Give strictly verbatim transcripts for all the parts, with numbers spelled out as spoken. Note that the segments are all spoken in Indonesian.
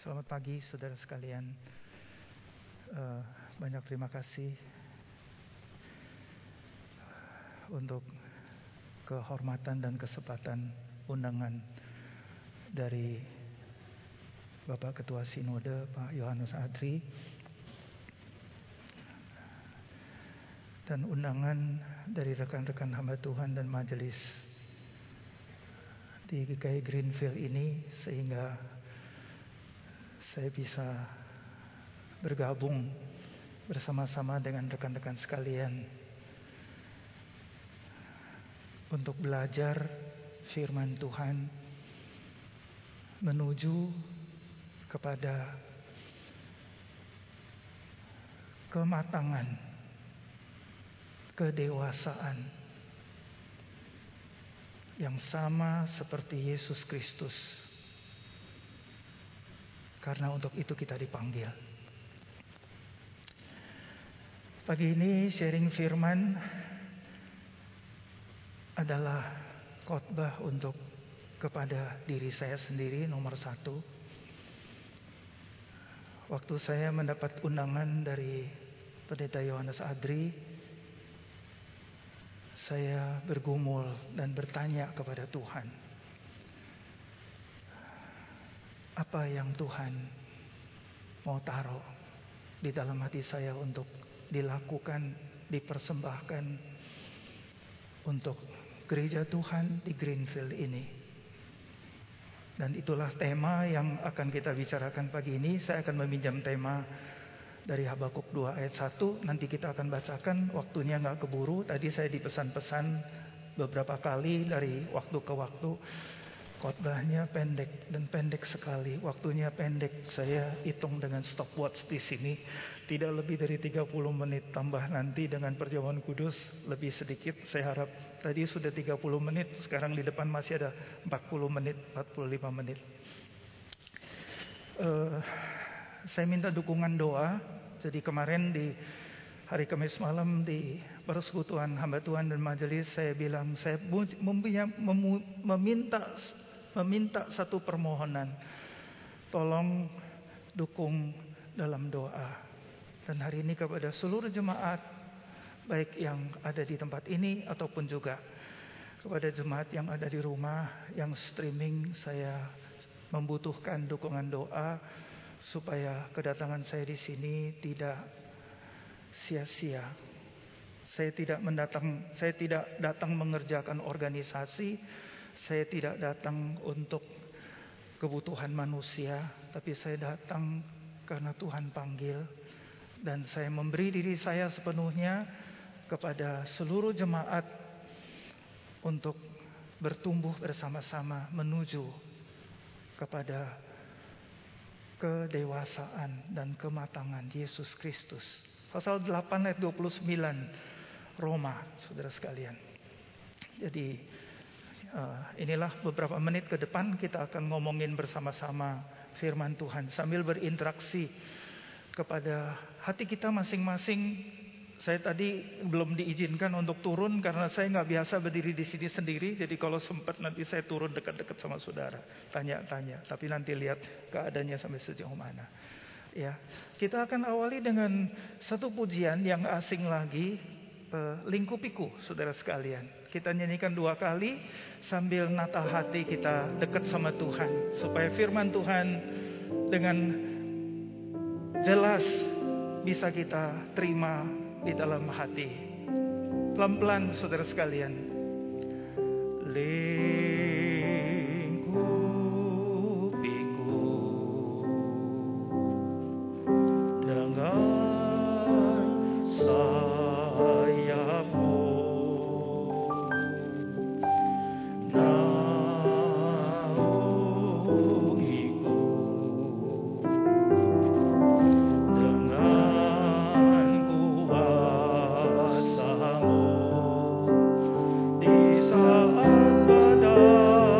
Selamat pagi saudara sekalian. Uh, banyak terima kasih untuk kehormatan dan kesempatan undangan dari Bapak Ketua Sinode Pak Yohanes Adri dan undangan dari rekan-rekan hamba Tuhan dan majelis di G K I Greenfield ini, sehingga saya bisa bergabung bersama-sama dengan rekan-rekan sekalian untuk belajar firman Tuhan menuju kepada kematangan, kedewasaan yang sama seperti Yesus Kristus. Karena untuk itu kita dipanggil. Pagi ini sharing firman adalah khotbah untuk kepada diri saya sendiri nomor satu. Waktu saya mendapat undangan dari Pendeta Yohanes Adri, saya bergumul dan bertanya kepada Tuhan, apa yang Tuhan mau taruh di dalam hati saya untuk dilakukan, dipersembahkan untuk gereja Tuhan di Greenfield ini. Dan itulah tema yang akan kita bicarakan pagi ini. Saya akan meminjam tema dari Habakuk dua ayat satu. Nanti kita akan bacakan, waktunya gak keburu. Tadi saya dipesan-pesan beberapa kali dari waktu ke waktu, khotbahnya pendek dan pendek sekali, waktunya pendek. Saya hitung dengan stopwatch di sini, tidak lebih dari tiga puluh menit, tambah nanti dengan perjamuan kudus lebih sedikit. Saya harap tadi sudah tiga puluh menit, sekarang di depan masih ada empat puluh menit, empat puluh lima menit. Uh, saya minta dukungan doa. Jadi kemarin di hari Kamis malam di persekutuan hamba Tuhan dan majelis, saya bilang saya meminta meminta satu permohonan, tolong dukung dalam doa. Dan hari ini kepada seluruh jemaat, baik yang ada di tempat ini ataupun juga kepada jemaat yang ada di rumah, yang streaming, saya membutuhkan dukungan doa supaya kedatangan saya di sini tidak sia-sia. Saya tidak mendatang, saya tidak datang mengerjakan organisasi, saya tidak datang untuk kebutuhan manusia, tapi saya datang karena Tuhan panggil, dan saya memberi diri saya sepenuhnya kepada seluruh jemaat untuk bertumbuh bersama-sama menuju kepada kedewasaan dan kematangan Yesus Kristus. Pasal delapan ayat dua puluh sembilan Roma, saudara sekalian. Jadi uh, inilah beberapa menit ke depan kita akan ngomongin bersama-sama firman Tuhan sambil berinteraksi kepada hati kita masing-masing. Saya tadi belum diizinkan untuk turun karena saya nggak biasa berdiri di sini sendiri. Jadi kalau sempat nanti saya turun dekat-dekat sama saudara, tanya-tanya. Tapi nanti lihat keadaannya sampai sejauh mana. Ya, kita akan awali dengan satu pujian yang asing lagi, uh, Lingkupiku, saudara sekalian. Kita nyanyikan dua kali sambil nata hati kita dekat sama Tuhan, supaya firman Tuhan dengan jelas bisa kita terima di dalam hati. Pelan-pelan, saudara sekalian. Lingkup di saat badai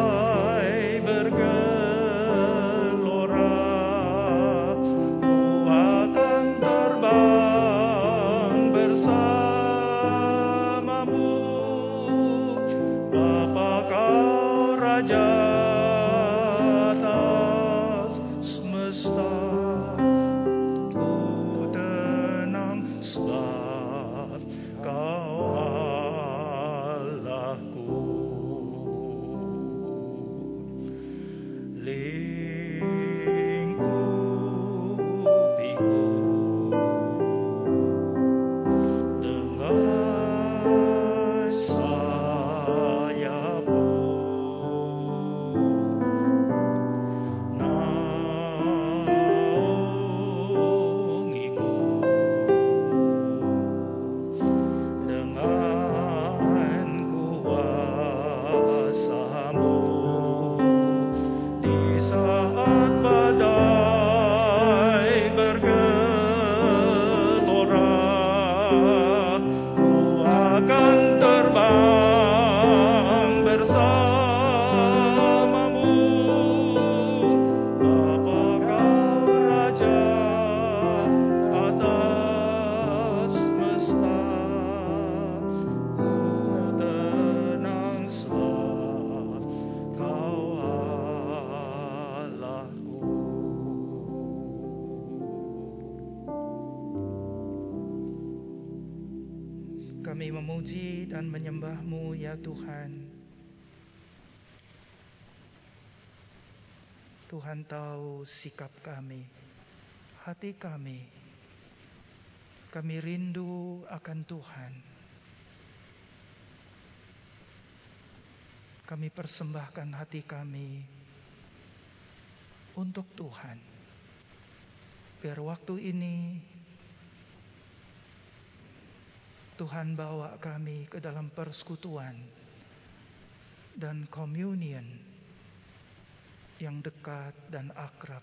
Kami memuji dan menyembah-Mu ya Tuhan. Tuhan tahu sikap kami, hati kami. Kami rindu akan Tuhan. Kami persembahkan hati kami untuk Tuhan. Biar waktu ini Tuhan bawa kami ke dalam persekutuan dan communion yang dekat dan akrab.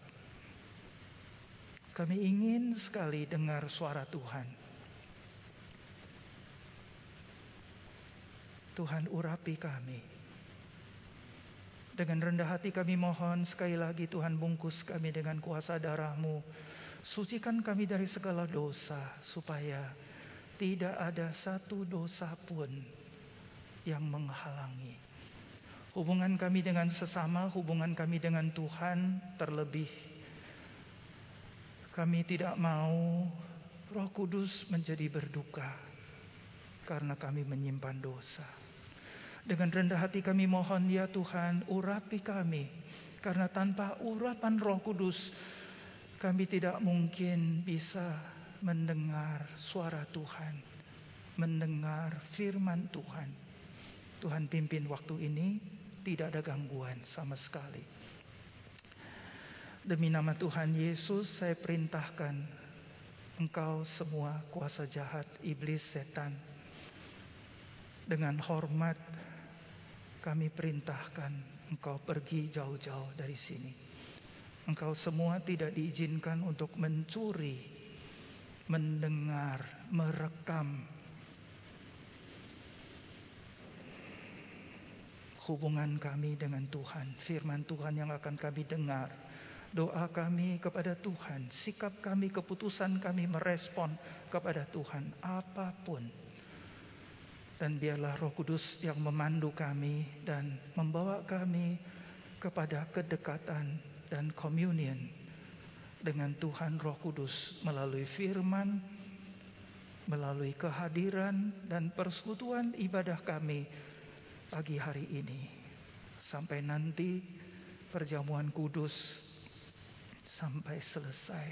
Kami ingin sekali dengar suara Tuhan. Tuhan urapi kami. Dengan rendah hati kami mohon sekali lagi Tuhan bungkus kami dengan kuasa darah-Mu. Sucikan kami dari segala dosa supaya tidak ada satu dosa pun yang menghalangi hubungan kami dengan sesama, hubungan kami dengan Tuhan. Terlebih kami tidak mau Roh Kudus menjadi berduka karena kami menyimpan dosa. Dengan rendah hati kami mohon ya Tuhan, urapi kami, karena tanpa urapan Roh Kudus kami tidak mungkin bisa mendengar suara Tuhan, mendengar firman Tuhan. Tuhan pimpin waktu ini, tidak ada gangguan sama sekali. Demi nama Tuhan Yesus, saya perintahkan engkau semua kuasa jahat, iblis, setan. Dengan hormat kami perintahkan engkau pergi jauh-jauh dari sini. Engkau semua tidak diizinkan untuk mencuri, mendengar, merekam hubungan kami dengan Tuhan, firman Tuhan yang akan kami dengar, doa kami kepada Tuhan, sikap kami, keputusan kami merespon kepada Tuhan, apapun. Dan biarlah Roh Kudus yang memandu kami dan membawa kami kepada kedekatan dan communion dengan Tuhan Roh Kudus melalui firman, melalui kehadiran dan persekutuan ibadah kami pagi hari ini. Sampai nanti perjamuan kudus sampai selesai.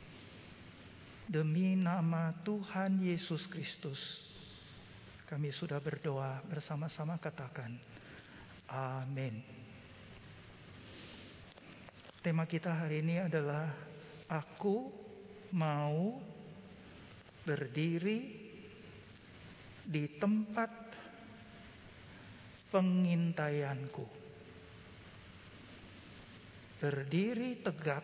Demi nama Tuhan Yesus Kristus kami sudah berdoa bersama-sama, katakan amin. Tema kita hari ini adalah aku mau berdiri di tempat pengintaianku. Berdiri tegap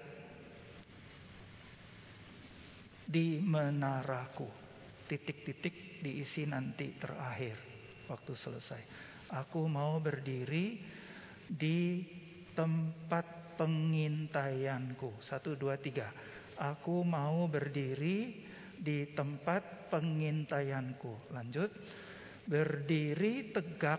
di menaraku. Titik-titik diisi nanti terakhir waktu selesai. Aku mau berdiri di tempat pengintaianku. Satu, dua, tiga. Aku mau berdiri di tempat pengintaianku. Lanjut. Berdiri tegak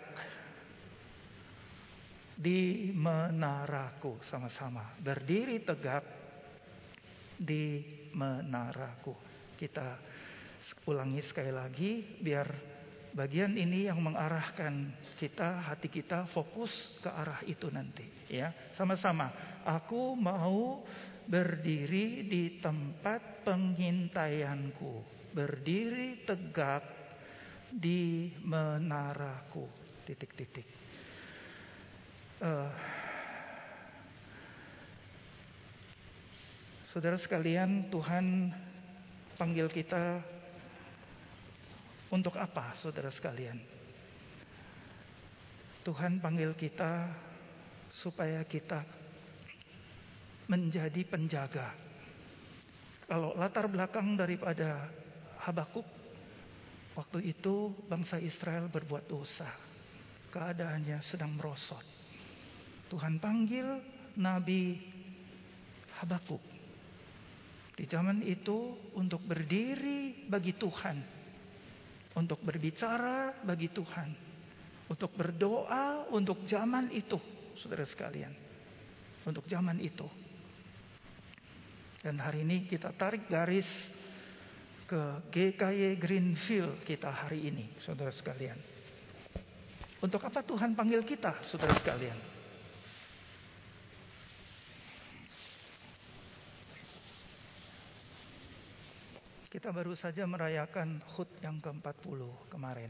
di menaraku. Sama-sama. Berdiri tegak di menaraku. Kita ulangi sekali lagi biar bagian ini yang mengarahkan kita, hati kita fokus ke arah itu nanti, ya. Sama-sama. Aku mau berdiri di tempat pengintaianku. Berdiri tegak di menaraku. Titik-titik. Uh, saudara sekalian, Tuhan panggil kita untuk apa, saudara sekalian? Tuhan panggil kita supaya kita menjadi penjaga. Kalau latar belakang daripada Habakuk, waktu itu bangsa Israel berbuat dosa, keadaannya sedang merosot. Tuhan panggil Nabi Habakuk di zaman itu untuk berdiri bagi Tuhan, untuk berbicara bagi Tuhan, untuk berdoa untuk zaman itu, saudara sekalian, untuk zaman itu. Dan hari ini kita tarik garis ke G K Y Greenfield kita hari ini, saudara sekalian. Untuk apa Tuhan panggil kita, saudara sekalian? Kita baru saja merayakan H U T yang ke empat puluh kemarin.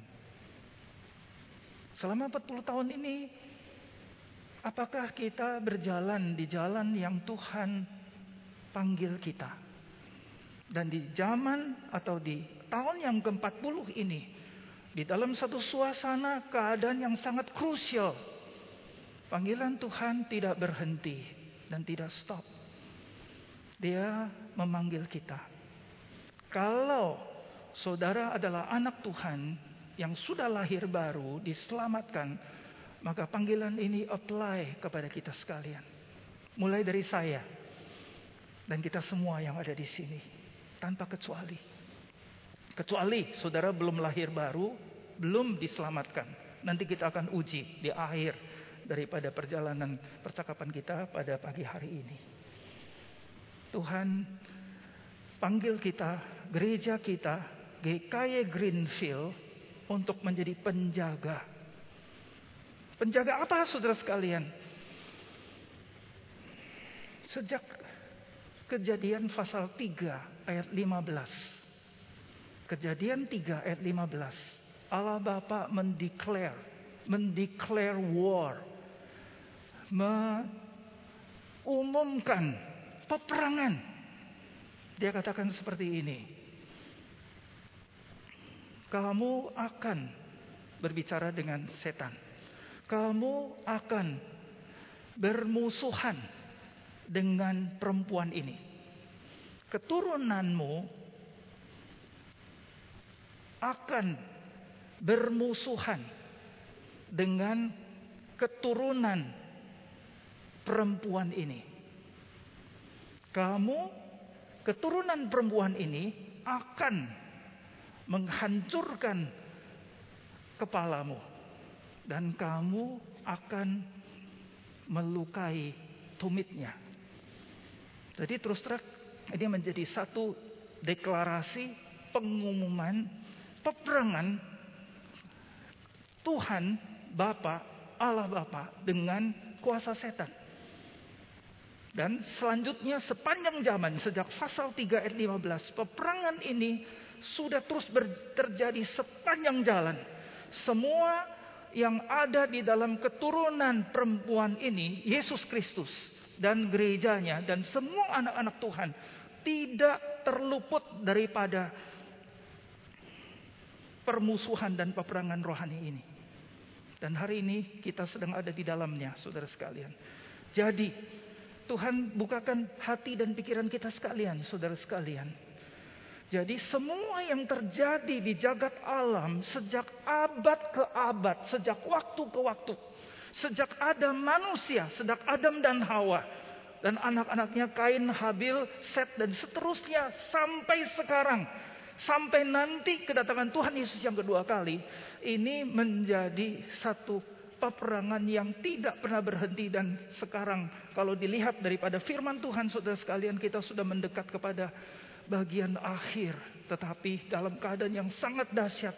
Selama empat puluh tahun ini, apakah kita berjalan di jalan yang Tuhan panggil kita? Dan di zaman atau di tahun yang ke empat puluh ini, di dalam satu suasana keadaan yang sangat krusial, panggilan Tuhan tidak berhenti dan tidak stop. Dia memanggil kita. Kalau saudara adalah anak Tuhan yang sudah lahir baru, diselamatkan, maka panggilan ini apply kepada kita sekalian. Mulai dari saya dan kita semua yang ada di sini, tanpa kecuali. Kecuali saudara belum lahir baru, belum diselamatkan. Nanti kita akan uji di akhir daripada perjalanan percakapan kita pada pagi hari ini. Tuhan panggil kita, gereja kita, G K Y Greenfield, untuk menjadi penjaga. Penjaga apa, saudara sekalian? Sejak Kejadian pasal tiga ayat lima belas. Kejadian tiga ayat lima belas. Allah Bapa mendeclare, mendeclare war. Mengumumkan peperangan. Dia katakan seperti ini. Kamu akan berbicara dengan setan. Kamu akan bermusuhan dengan perempuan ini. Keturunanmu akan bermusuhan dengan keturunan perempuan ini. Kamu, keturunan perempuan ini, akan menghancurkan kepalamu. Dan kamu akan melukai tumitnya. Jadi terus terang ini menjadi satu deklarasi pengumuman peperangan Tuhan Bapa, Allah Bapa dengan kuasa setan. Dan selanjutnya sepanjang zaman sejak pasal tiga ayat lima belas, peperangan ini sudah terus ber- terjadi sepanjang jalan. Semua yang ada di dalam keturunan perempuan ini, Yesus Kristus dan gerejanya dan semua anak-anak Tuhan, tidak terluput daripada permusuhan dan peperangan rohani ini. Dan hari ini kita sedang ada di dalamnya, saudara sekalian. Jadi Tuhan bukakan hati dan pikiran kita sekalian, saudara sekalian. Jadi semua yang terjadi di jagat alam sejak abad ke abad, sejak waktu ke waktu, sejak ada manusia, sejak Adam dan Hawa, dan anak-anaknya Kain, Habil, Set, dan seterusnya sampai sekarang, sampai nanti kedatangan Tuhan Yesus yang kedua kali, ini menjadi satu peperangan yang tidak pernah berhenti. Dan sekarang kalau dilihat daripada firman Tuhan, saudara sekalian, kita sudah mendekat kepada bagian akhir, tetapi dalam keadaan yang sangat dahsyat.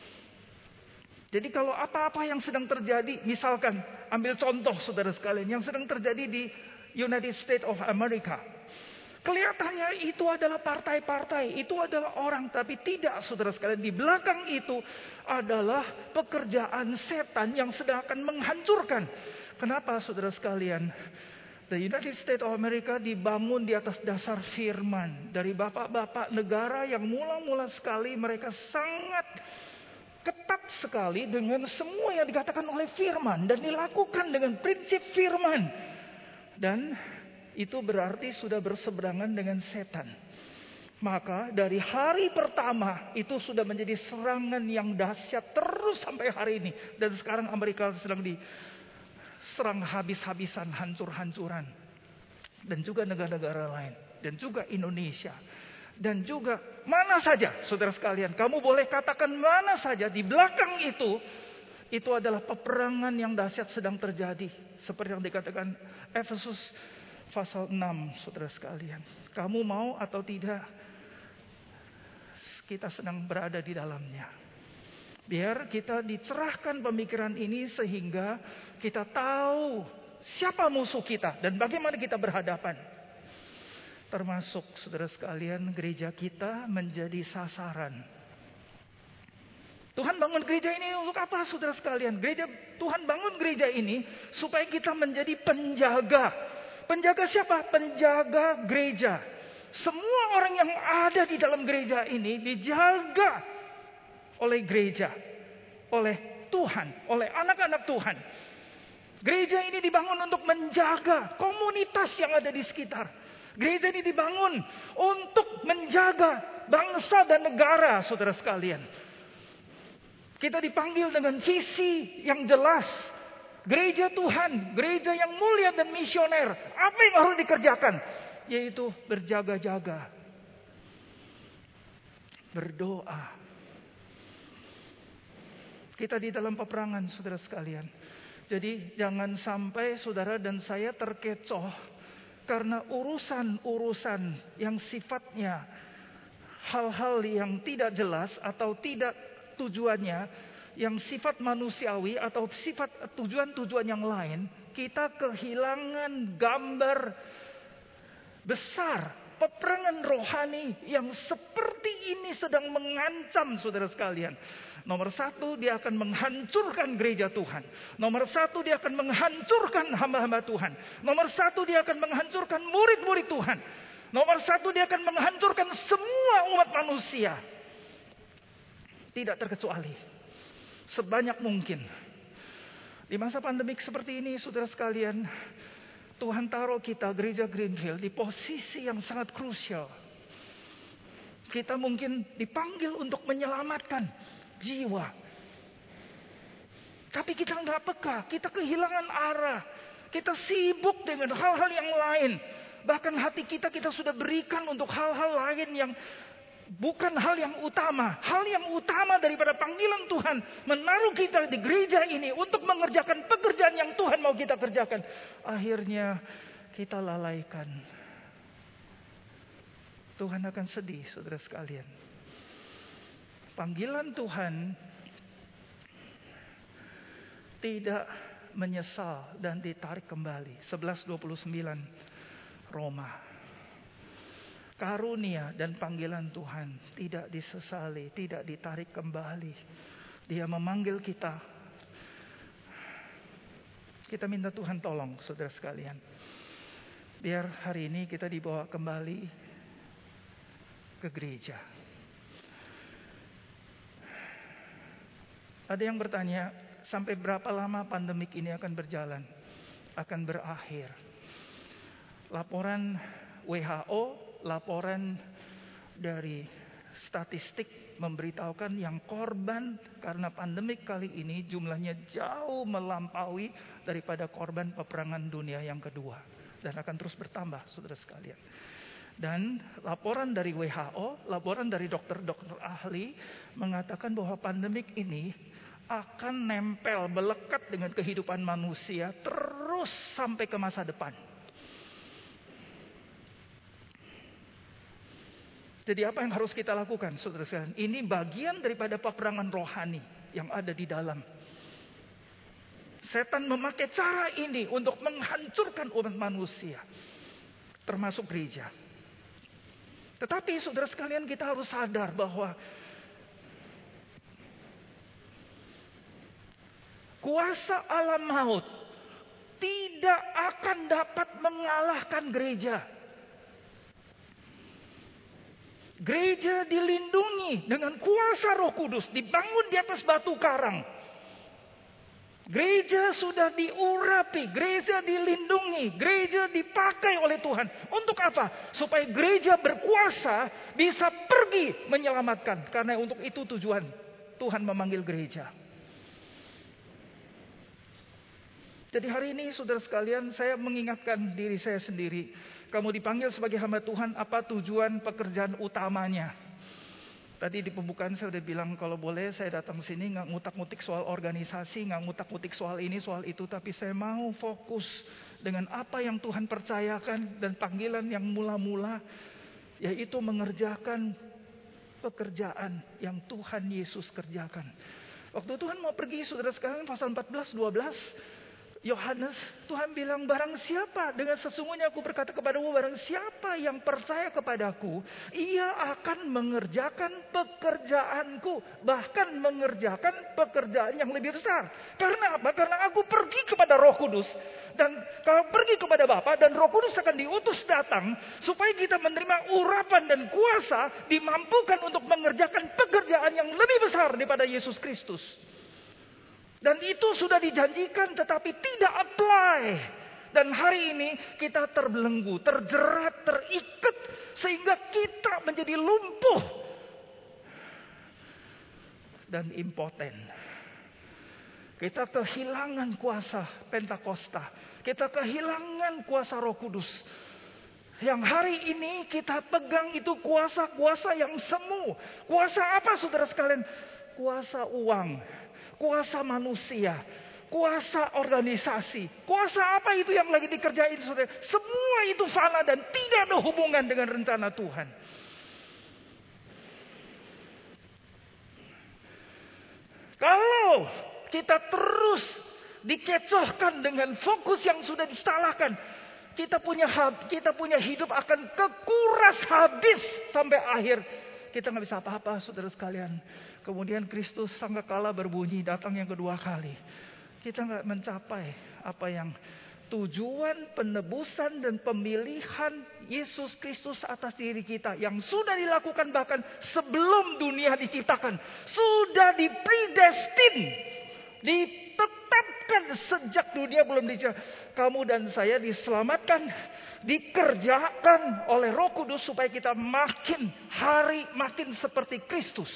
Jadi kalau apa-apa yang sedang terjadi, misalkan ambil contoh saudara sekalian, yang sedang terjadi di United States of America, kelihatannya itu adalah partai-partai, itu adalah orang, tapi tidak, saudara sekalian. Di belakang itu adalah pekerjaan setan yang sedang akan menghancurkan. Kenapa, saudara sekalian? The United States of America dibangun di atas dasar firman dari bapak-bapak negara yang mula-mula sekali mereka sangat ketat sekali dengan semua yang dikatakan oleh firman dan dilakukan dengan prinsip firman. Dan itu berarti sudah berseberangan dengan setan. Maka dari hari pertama itu sudah menjadi serangan yang dahsyat terus sampai hari ini. Dan sekarang Amerika sedang di serang habis-habisan, hancur-hancuran. Dan juga negara-negara lain. Dan juga Indonesia. Dan juga mana saja, saudara sekalian. Kamu boleh katakan mana saja di belakang itu. Itu adalah peperangan yang dahsyat sedang terjadi. Seperti yang dikatakan Efesus pasal enam, saudara sekalian. Kamu mau atau tidak, kita sedang berada di dalamnya. Biar kita dicerahkan pemikiran ini sehingga kita tahu siapa musuh kita dan bagaimana kita berhadapan. Termasuk saudara sekalian, gereja kita menjadi sasaran. Tuhan bangun gereja ini untuk apa saudara sekalian? Gereja Tuhan bangun gereja ini supaya kita menjadi penjaga. Penjaga siapa? Penjaga gereja. Semua orang yang ada di dalam gereja ini dijaga oleh gereja, oleh Tuhan, oleh anak-anak Tuhan. Gereja ini dibangun untuk menjaga komunitas yang ada di sekitar. Gereja ini dibangun untuk menjaga bangsa dan negara, saudara sekalian. Kita dipanggil dengan visi yang jelas. Gereja Tuhan, gereja yang mulia dan misioner. Apa yang harus dikerjakan? Yaitu berjaga-jaga, berdoa. Kita di dalam peperangan, saudara sekalian. Jadi jangan sampai saudara dan saya terkecoh karena urusan-urusan yang sifatnya hal-hal yang tidak jelas atau tidak tujuannya, yang sifat manusiawi atau sifat tujuan-tujuan yang lain, kita kehilangan gambar besar peperangan rohani yang seperti ini sedang mengancam saudara sekalian. Nomor satu, dia akan menghancurkan gereja Tuhan. Nomor satu, dia akan menghancurkan hamba-hamba Tuhan. Nomor satu, dia akan menghancurkan murid-murid Tuhan. Nomor satu, dia akan menghancurkan semua umat manusia. Tidak terkecuali. Sebanyak mungkin. Di masa pandemik seperti ini, saudara sekalian, Tuhan taruh kita gereja Greenfield di posisi yang sangat krusial. Kita mungkin dipanggil untuk menyelamatkan jiwa. Tapi kita nggak peka, kita kehilangan arah. Kita sibuk dengan hal-hal yang lain. Bahkan hati kita kita sudah berikan untuk hal-hal lain yang bukan hal yang utama. Hal yang utama daripada panggilan Tuhan menaruh kita di gereja ini untuk mengerjakan pekerjaan yang Tuhan mau kita kerjakan. Akhirnya kita lalaikan. Tuhan akan sedih, saudara sekalian. Panggilan Tuhan tidak menyesal dan ditarik kembali. sebelas dua puluh sembilan Roma. Karunia dan panggilan Tuhan tidak disesali, tidak ditarik kembali. Dia memanggil kita. Kita minta Tuhan tolong, saudara sekalian. Biar hari ini kita dibawa kembali ke gereja. Ada yang bertanya, sampai berapa lama pandemik ini akan berjalan? Akan berakhir. Laporan W H O, laporan dari statistik memberitahukan yang korban karena pandemik kali ini jumlahnya jauh melampaui daripada korban peperangan dunia yang kedua. Dan akan terus bertambah, saudara sekalian. Dan laporan dari W H O, laporan dari dokter-dokter ahli mengatakan bahwa pandemik ini akan nempel, melekat dengan kehidupan manusia terus sampai ke masa depan. Jadi apa yang harus kita lakukan, saudara sekalian? Ini bagian daripada peperangan rohani yang ada di dalam. Setan memakai cara ini untuk menghancurkan umat manusia, termasuk gereja. Tetapi saudara sekalian, kita harus sadar bahwa kuasa alam maut tidak akan dapat mengalahkan gereja. Gereja dilindungi dengan kuasa Roh Kudus, dibangun di atas batu karang. Gereja sudah diurapi, gereja dilindungi, gereja dipakai oleh Tuhan. Untuk apa? Supaya gereja berkuasa bisa pergi menyelamatkan. Karena untuk itu tujuan Tuhan memanggil gereja. Jadi hari ini saudara sekalian, saya mengingatkan diri saya sendiri. Kamu dipanggil sebagai hamba Tuhan, apa tujuan pekerjaan utamanya? Tadi di pembukaan saya udah bilang, kalau boleh saya datang sini gak ngutak-ngutik soal organisasi, gak ngutak-ngutik soal ini, soal itu. Tapi saya mau fokus dengan apa yang Tuhan percayakan dan panggilan yang mula-mula, yaitu mengerjakan pekerjaan yang Tuhan Yesus kerjakan. Waktu Tuhan mau pergi, saudara sekalian, pasal empat belas, dua belas, Yohanes, Tuhan bilang, barang siapa, dengan sesungguhnya aku berkata kepadamu, barang siapa yang percaya kepadaku, ia akan mengerjakan pekerjaanku, bahkan mengerjakan pekerjaan yang lebih besar. Karena apa? Karena aku pergi kepada Roh Kudus. Dan kalau pergi kepada Bapa dan Roh Kudus akan diutus datang, supaya kita menerima urapan dan kuasa, dimampukan untuk mengerjakan pekerjaan yang lebih besar daripada Yesus Kristus. Dan itu sudah dijanjikan tetapi tidak apply. Dan hari ini kita terbelenggu, terjerat, terikat, sehingga kita menjadi lumpuh dan impoten. Kita kehilangan kuasa Pentakosta. Kita kehilangan kuasa Roh Kudus. Yang hari ini kita pegang itu kuasa-kuasa yang semu. Kuasa apa, saudara sekalian? Kuasa uang, kuasa manusia, kuasa organisasi. Kuasa apa itu yang lagi dikerjain, saudara? Semua itu fana dan tidak ada hubungan dengan rencana Tuhan. Kalau kita terus dikecohkan dengan fokus yang sudah disalahkan, kita punya kita punya hidup akan kekuras habis sampai akhir. Kita nggak bisa apa-apa, saudara sekalian. Kemudian Kristus sangkakala berbunyi, datang yang kedua kali. Kita nggak mencapai apa yang tujuan penebusan dan pemilihan Yesus Kristus atas diri kita yang sudah dilakukan bahkan sebelum dunia diciptakan, sudah dipredestin, ditetapkan sejak dunia belum diciptakan. Kamu dan saya diselamatkan, dikerjakan oleh Roh Kudus supaya kita makin hari makin seperti Kristus.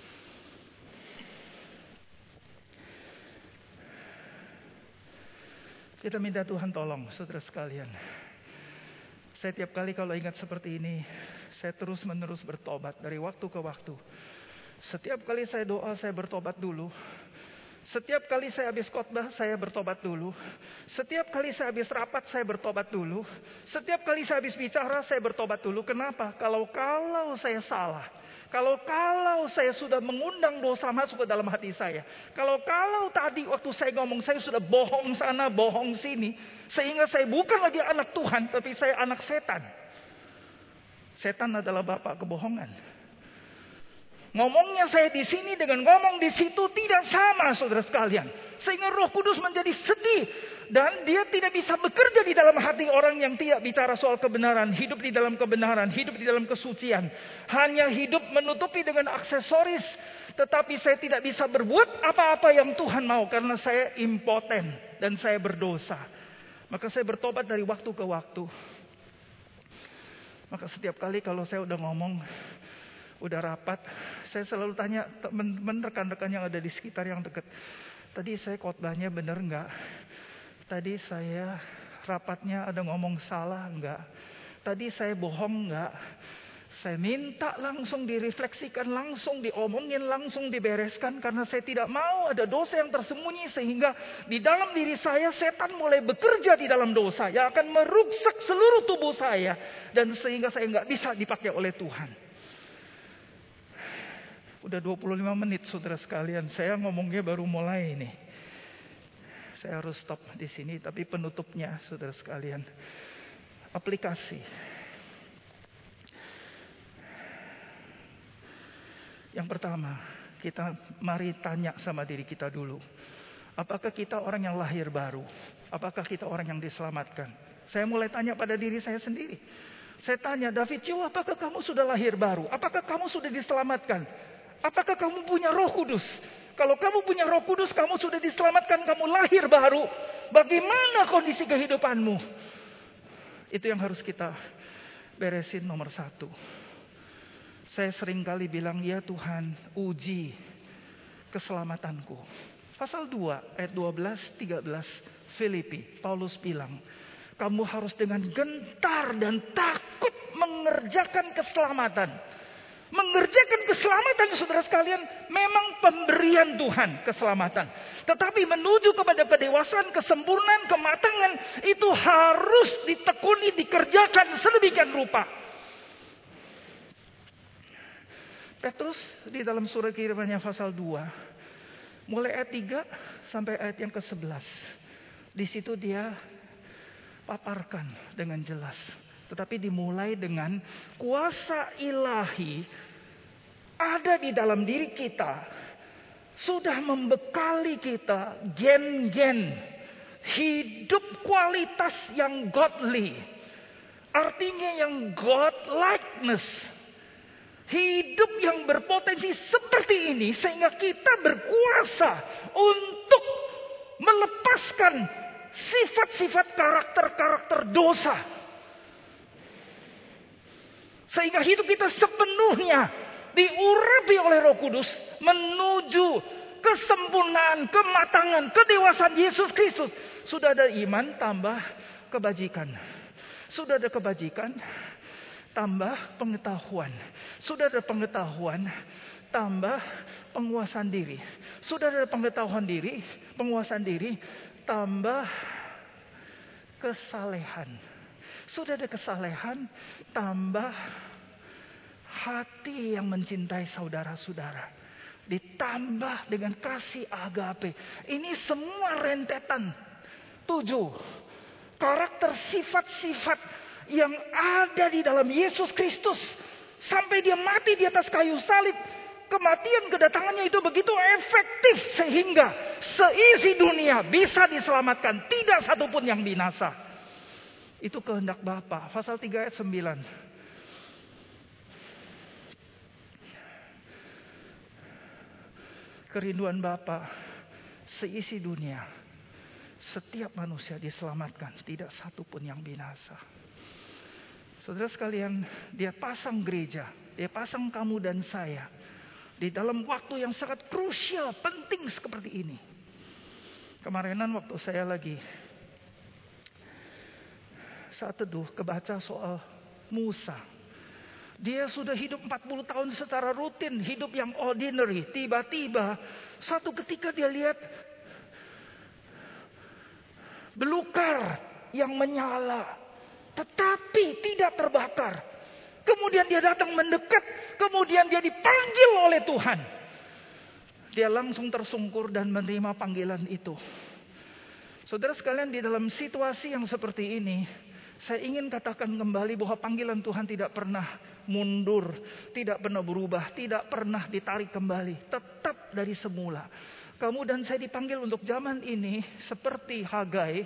Kita minta Tuhan tolong, saudara sekalian. Saya tiap kali kalau ingat seperti ini, saya terus menerus bertobat dari waktu ke waktu. Setiap kali saya doa, saya bertobat dulu. Setiap kali saya habis khotbah, saya bertobat dulu. Setiap kali saya habis rapat, saya bertobat dulu. Setiap kali saya habis bicara, saya bertobat dulu. Kenapa? Kalau-kalau saya salah. Kalau-kalau saya sudah mengundang dosa masuk ke dalam hati saya. Kalau-kalau tadi waktu saya ngomong, saya sudah bohong sana, bohong sini. Sehingga saya bukan lagi anak Tuhan, tapi saya anak setan. Setan adalah bapa kebohongan. Ngomongnya saya di sini dengan ngomong di situ tidak sama, saudara sekalian. Sehingga Roh Kudus menjadi sedih. Dan dia tidak bisa bekerja di dalam hati orang yang tidak bicara soal kebenaran. Hidup di dalam kebenaran, hidup di dalam kesucian. Hanya hidup menutupi dengan aksesoris. Tetapi saya tidak bisa berbuat apa-apa yang Tuhan mau. Karena saya impoten dan saya berdosa. Maka saya bertobat dari waktu ke waktu. Maka setiap kali kalau saya udah ngomong, udah rapat, saya selalu tanya teman-teman, rekan-rekan yang ada di sekitar yang dekat. Tadi saya khotbahnya benar enggak? Tadi saya rapatnya ada ngomong salah enggak? Tadi saya bohong enggak? Saya minta langsung direfleksikan, langsung diomongin, langsung dibereskan. Karena saya tidak mau ada dosa yang tersembunyi. Sehingga di dalam diri saya setan mulai bekerja di dalam dosa. Yang akan merusak seluruh tubuh saya. Dan sehingga saya enggak bisa dipakai oleh Tuhan. Udah dua puluh lima menit, saudara sekalian. Saya ngomongnya baru mulai nih. Saya harus stop di sini, tapi penutupnya, saudara sekalian, aplikasi. Yang pertama, kita mari tanya sama diri kita dulu. Apakah kita orang yang lahir baru? Apakah kita orang yang diselamatkan? Saya mulai tanya pada diri saya sendiri. Saya tanya, David Chiu, apakah kamu sudah lahir baru? Apakah kamu sudah diselamatkan? Apakah kamu punya Roh Kudus? Kalau kamu punya Roh Kudus, kamu sudah diselamatkan, kamu lahir baru. Bagaimana kondisi kehidupanmu? Itu yang harus kita beresin nomor satu. Saya sering kali bilang, ya Tuhan, uji keselamatanku. Pasal dua, ayat dua belas, tiga belas, Filipi, Paulus bilang, kamu harus dengan gentar dan takut mengerjakan keselamatan. Mengerjakan keselamatan, saudara sekalian, memang pemberian Tuhan keselamatan. Tetapi menuju kepada kedewasaan, kesempurnaan, kematangan, itu harus ditekuni, dikerjakan sedemikian rupa. Petrus di dalam surat kirimannya pasal dua, mulai ayat tiga sampai ayat yang ke sebelas. Di situ dia paparkan dengan jelas. Tetapi dimulai dengan kuasa ilahi ada di dalam diri kita, sudah membekali kita gen-gen hidup kualitas yang godly. Artinya yang God-likeness. Hidup yang berpotensi seperti ini sehingga kita berkuasa untuk melepaskan sifat-sifat karakter-karakter dosa. Sehingga hidup kita sepenuhnya diurapi oleh Roh Kudus menuju kesempurnaan, kematangan, kedewasaan Yesus Kristus. Sudah ada iman tambah kebajikan. Sudah ada kebajikan tambah pengetahuan. Sudah ada pengetahuan tambah penguasaan diri. Sudah ada pengetahuan diri, penguasaan diri tambah kesalehan. Sudah ada kesalehan tambah hati yang mencintai saudara-saudara. Ditambah dengan kasih agape. Ini semua rentetan tujuh karakter sifat-sifat yang ada di dalam Yesus Kristus. Sampai dia mati di atas kayu salib. Kematian kedatangannya itu begitu efektif sehingga seisi dunia bisa diselamatkan. Tidak satupun yang binasa. Itu kehendak Bapa. Pasal tiga ayat sembilan. Kerinduan Bapa seisi dunia, setiap manusia diselamatkan, tidak satupun yang binasa. Saudara sekalian, dia pasang gereja, dia pasang kamu dan saya di dalam waktu yang sangat krusial, penting seperti ini. Kemarinan waktu saya lagi saat teduh kebaca soal Musa. Dia sudah hidup empat puluh tahun secara rutin, hidup yang ordinary. Tiba-tiba satu ketika dia lihat belukar yang menyala, tetapi tidak terbakar. Kemudian dia datang mendekat, kemudian dia dipanggil oleh Tuhan. Dia langsung tersungkur dan menerima panggilan itu. Saudara sekalian, di dalam situasi yang seperti ini, saya ingin katakan kembali bahwa panggilan Tuhan tidak pernah mundur, tidak pernah berubah, tidak pernah ditarik kembali. Tetap dari semula. Kamu dan saya dipanggil untuk zaman ini seperti Hagai,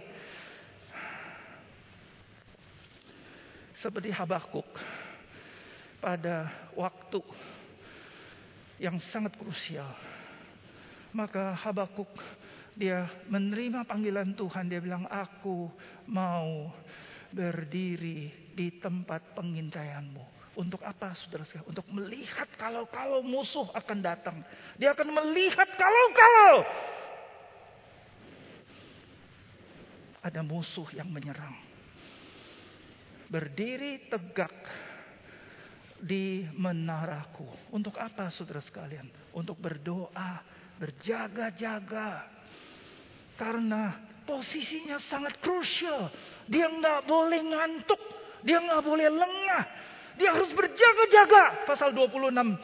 seperti Habakuk. Pada waktu yang sangat krusial. Maka Habakuk, dia menerima panggilan Tuhan. Dia bilang, aku mau berdiri di tempat pengintaianmu. Untuk apa, saudara sekalian? Untuk melihat kalau-kalau musuh akan datang. Dia akan melihat kalau-kalau ada musuh yang menyerang. Berdiri tegak di menaraku. Untuk apa, saudara sekalian? Untuk berdoa, berjaga-jaga. Karena posisinya sangat krusial. Dia nggak boleh ngantuk. Dia nggak boleh lengah. Dia harus berjaga-jaga. Pasal dua puluh enam.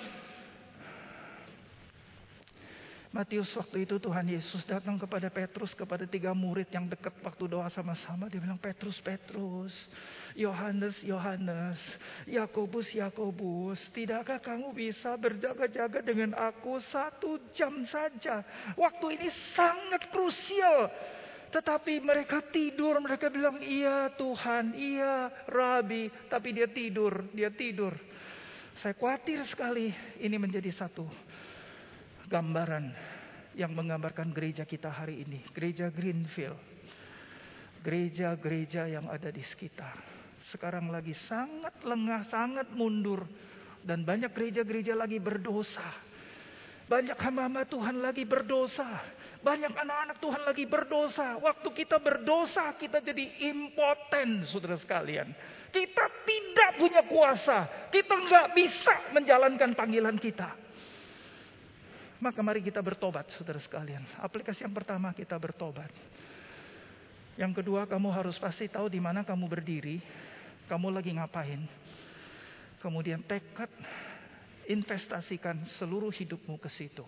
Matius, waktu itu Tuhan Yesus datang kepada Petrus, kepada tiga murid yang dekat waktu doa sama-sama. Dia bilang, Petrus, Petrus, Yohanes, Yohanes, Yakobus, Yakobus, tidakkah kamu bisa berjaga-jaga dengan aku satu jam saja? Waktu ini sangat krusial. Tetapi mereka tidur, mereka bilang, iya Tuhan, iya Rabi. Tapi dia tidur, dia tidur. Saya khawatir sekali ini menjadi satu gambaran yang menggambarkan gereja kita hari ini. Gereja Greenfield. Gereja-gereja yang ada di sekitar. Sekarang lagi sangat lengah, sangat mundur. Dan banyak gereja-gereja lagi berdosa. Banyak hamba-hamba Tuhan lagi berdosa. Banyak anak-anak Tuhan lagi berdosa. Waktu kita berdosa, kita jadi impoten, saudara sekalian. Kita tidak punya kuasa. Kita nggak bisa menjalankan panggilan kita. Maka mari kita bertobat, saudara sekalian. Aplikasi yang pertama, kita bertobat. Yang kedua, kamu harus pasti tahu di mana kamu berdiri. Kamu lagi ngapain. Kemudian tekad investasikan seluruh hidupmu ke situ.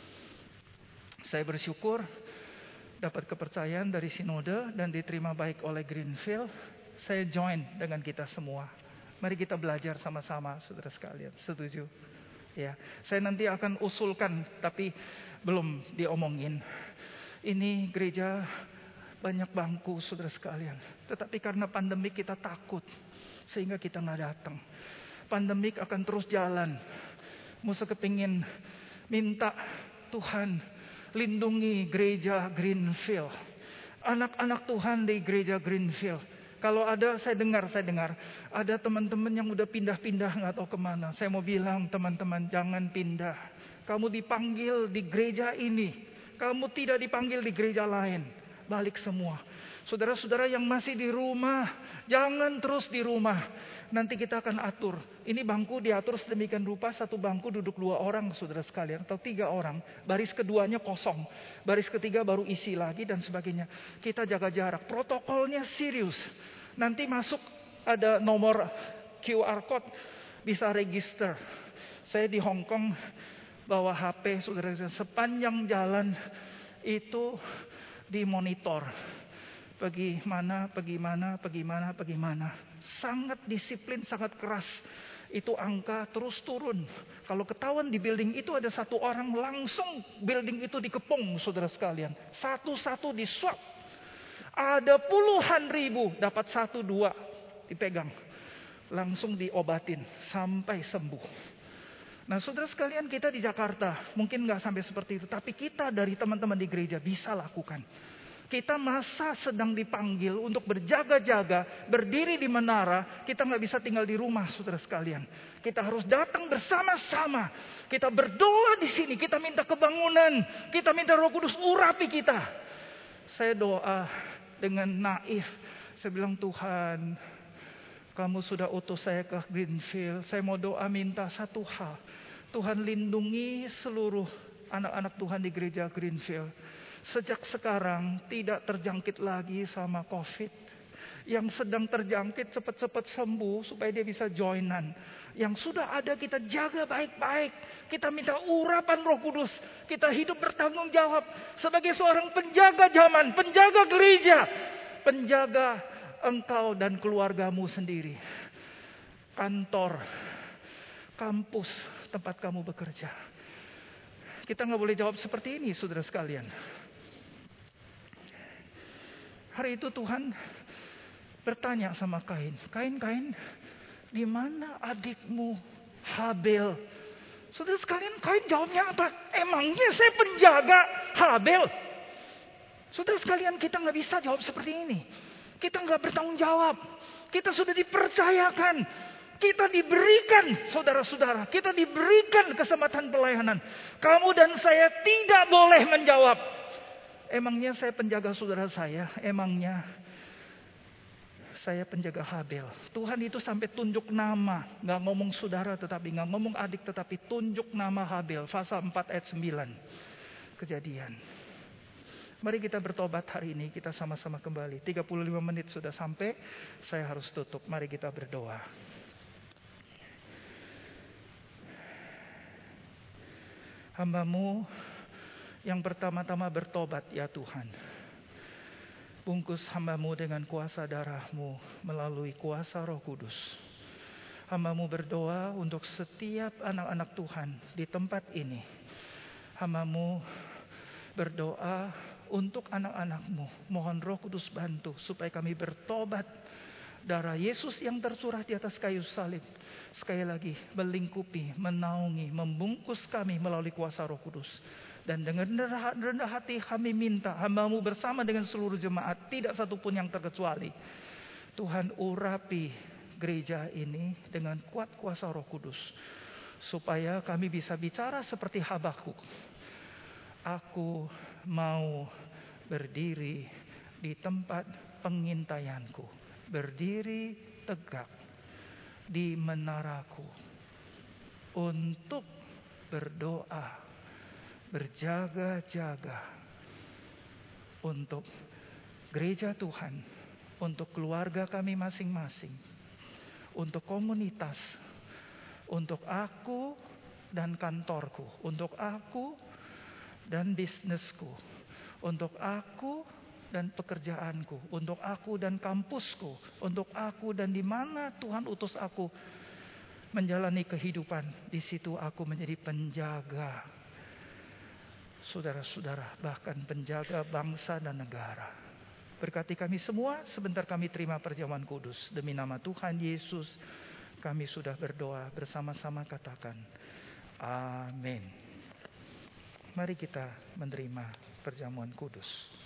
Saya bersyukur dapat kepercayaan dari sinode dan diterima baik oleh Greenfield. Saya join dengan kita semua. Mari kita belajar sama-sama, saudara sekalian. Setuju? Ya, saya nanti akan usulkan, tapi belum diomongin. Ini gereja banyak bangku, saudara sekalian. Tetapi karena pandemik kita takut, sehingga kita nggak datang. Pandemik akan terus jalan. Musa kepingin minta Tuhan lindungi gereja Greenfield. Anak-anak Tuhan di gereja Greenfield. Kalau ada, saya dengar, saya dengar. Ada teman-teman yang udah pindah-pindah nggak tahu kemana. Saya mau bilang, teman-teman, jangan pindah. Kamu dipanggil di gereja ini. Kamu tidak dipanggil di gereja lain. Balik semua. Saudara-saudara yang masih di rumah, jangan terus di rumah. Nanti kita akan atur. Ini bangku diatur sedemikian rupa. Satu bangku duduk dua orang, saudara sekalian. Atau tiga orang. Baris keduanya kosong. Baris ketiga baru isi lagi dan sebagainya. Kita jaga jarak. Protokolnya serius. Nanti masuk ada nomor Q R code. Bisa register. Saya di Hong Kong bawa H P, saudara sekalian. Sepanjang jalan itu dimonitor. Pergi mana, pergi mana, pergi mana, pergi mana. Sangat disiplin, sangat keras. Itu angka terus turun. Kalau ketahuan di building itu ada satu orang, langsung building itu dikepung, saudara sekalian. Satu-satu di swab. Ada puluhan ribu, dapat satu dua dipegang. Langsung diobatin sampai sembuh. Nah, saudara sekalian, kita di Jakarta mungkin nggak sampai seperti itu. Tapi kita dari teman-teman di gereja bisa lakukan. Kita masa sedang dipanggil untuk berjaga-jaga, berdiri di menara. Kita nggak bisa tinggal di rumah, saudara sekalian. Kita harus datang bersama-sama. Kita berdoa di sini. Kita minta kebangunan. Kita minta Roh Kudus urapi kita. Saya doa dengan naif. Saya bilang, Tuhan, kamu sudah utus saya ke Greenfield. Saya mau doa minta satu hal. Tuhan lindungi seluruh anak-anak Tuhan di gereja Greenfield. Sejak sekarang tidak terjangkit lagi sama COVID. Yang sedang terjangkit cepat-cepat sembuh supaya dia bisa joinan. Yang sudah ada kita jaga baik-baik. Kita minta urapan Roh Kudus. Kita hidup bertanggung jawab sebagai seorang penjaga zaman, penjaga gereja, penjaga engkau dan keluargamu sendiri. Kantor, kampus, tempat kamu bekerja. Kita nggak boleh jawab seperti ini, saudara sekalian. Hari itu Tuhan bertanya sama Kain. Kain, Kain, di mana adikmu Habel? Saudara sekalian, Kain jawabnya apa? Emangnya saya penjaga Habel? Saudara sekalian, kita nggak bisa jawab seperti ini. Kita nggak bertanggung jawab. Kita sudah dipercayakan. Kita diberikan, saudara-saudara. Kita diberikan kesempatan pelayanan. Kamu dan saya tidak boleh menjawab. Emangnya saya penjaga saudara saya? Emangnya saya penjaga Habel? Tuhan itu sampai tunjuk nama. Nggak ngomong saudara tetapi, nggak ngomong adik tetapi tunjuk nama Habel. Pasal empat ayat sembilan. Kejadian. Mari kita bertobat hari ini. Kita sama-sama kembali. tiga puluh lima menit sudah sampai. Saya harus tutup. Mari kita berdoa. Hamba-Mu yang pertama-tama bertobat, ya Tuhan. Bungkus hamba-Mu dengan kuasa darah-Mu melalui kuasa Roh Kudus. Hamba-Mu berdoa untuk setiap anak-anak Tuhan di tempat ini. Hamba-Mu berdoa untuk anak-anak-Mu. Mohon Roh Kudus bantu supaya kami bertobat. Darah Yesus yang tercurah di atas kayu salib sekali lagi melingkupi, menaungi, membungkus kami melalui kuasa Roh Kudus. Dan dengan rendah hati kami minta hamba-Mu bersama dengan seluruh jemaat, tidak satupun yang terkecuali. Tuhan urapi gereja ini dengan kuat kuasa Roh Kudus. Supaya kami bisa bicara seperti Habakuk. Aku mau berdiri di tempat pengintaianku. Berdiri tegak di menaraku. Untuk berdoa, berjaga-jaga. Untuk gereja Tuhan. Untuk keluarga kami masing-masing. Untuk komunitas. Untuk aku dan kantorku, untuk aku dan bisnisku, untuk aku dan pekerjaanku, untuk aku dan kampusku, untuk aku dan di mana Tuhan utus aku menjalani kehidupan. Di situ aku menjadi penjaga saudara-saudara, bahkan penjaga bangsa dan negara. Berkati kami semua. Sebentar kami terima perjamuan kudus. Demi nama Tuhan Yesus kami sudah berdoa, bersama-sama katakan amin. Mari kita menerima perjamuan kudus.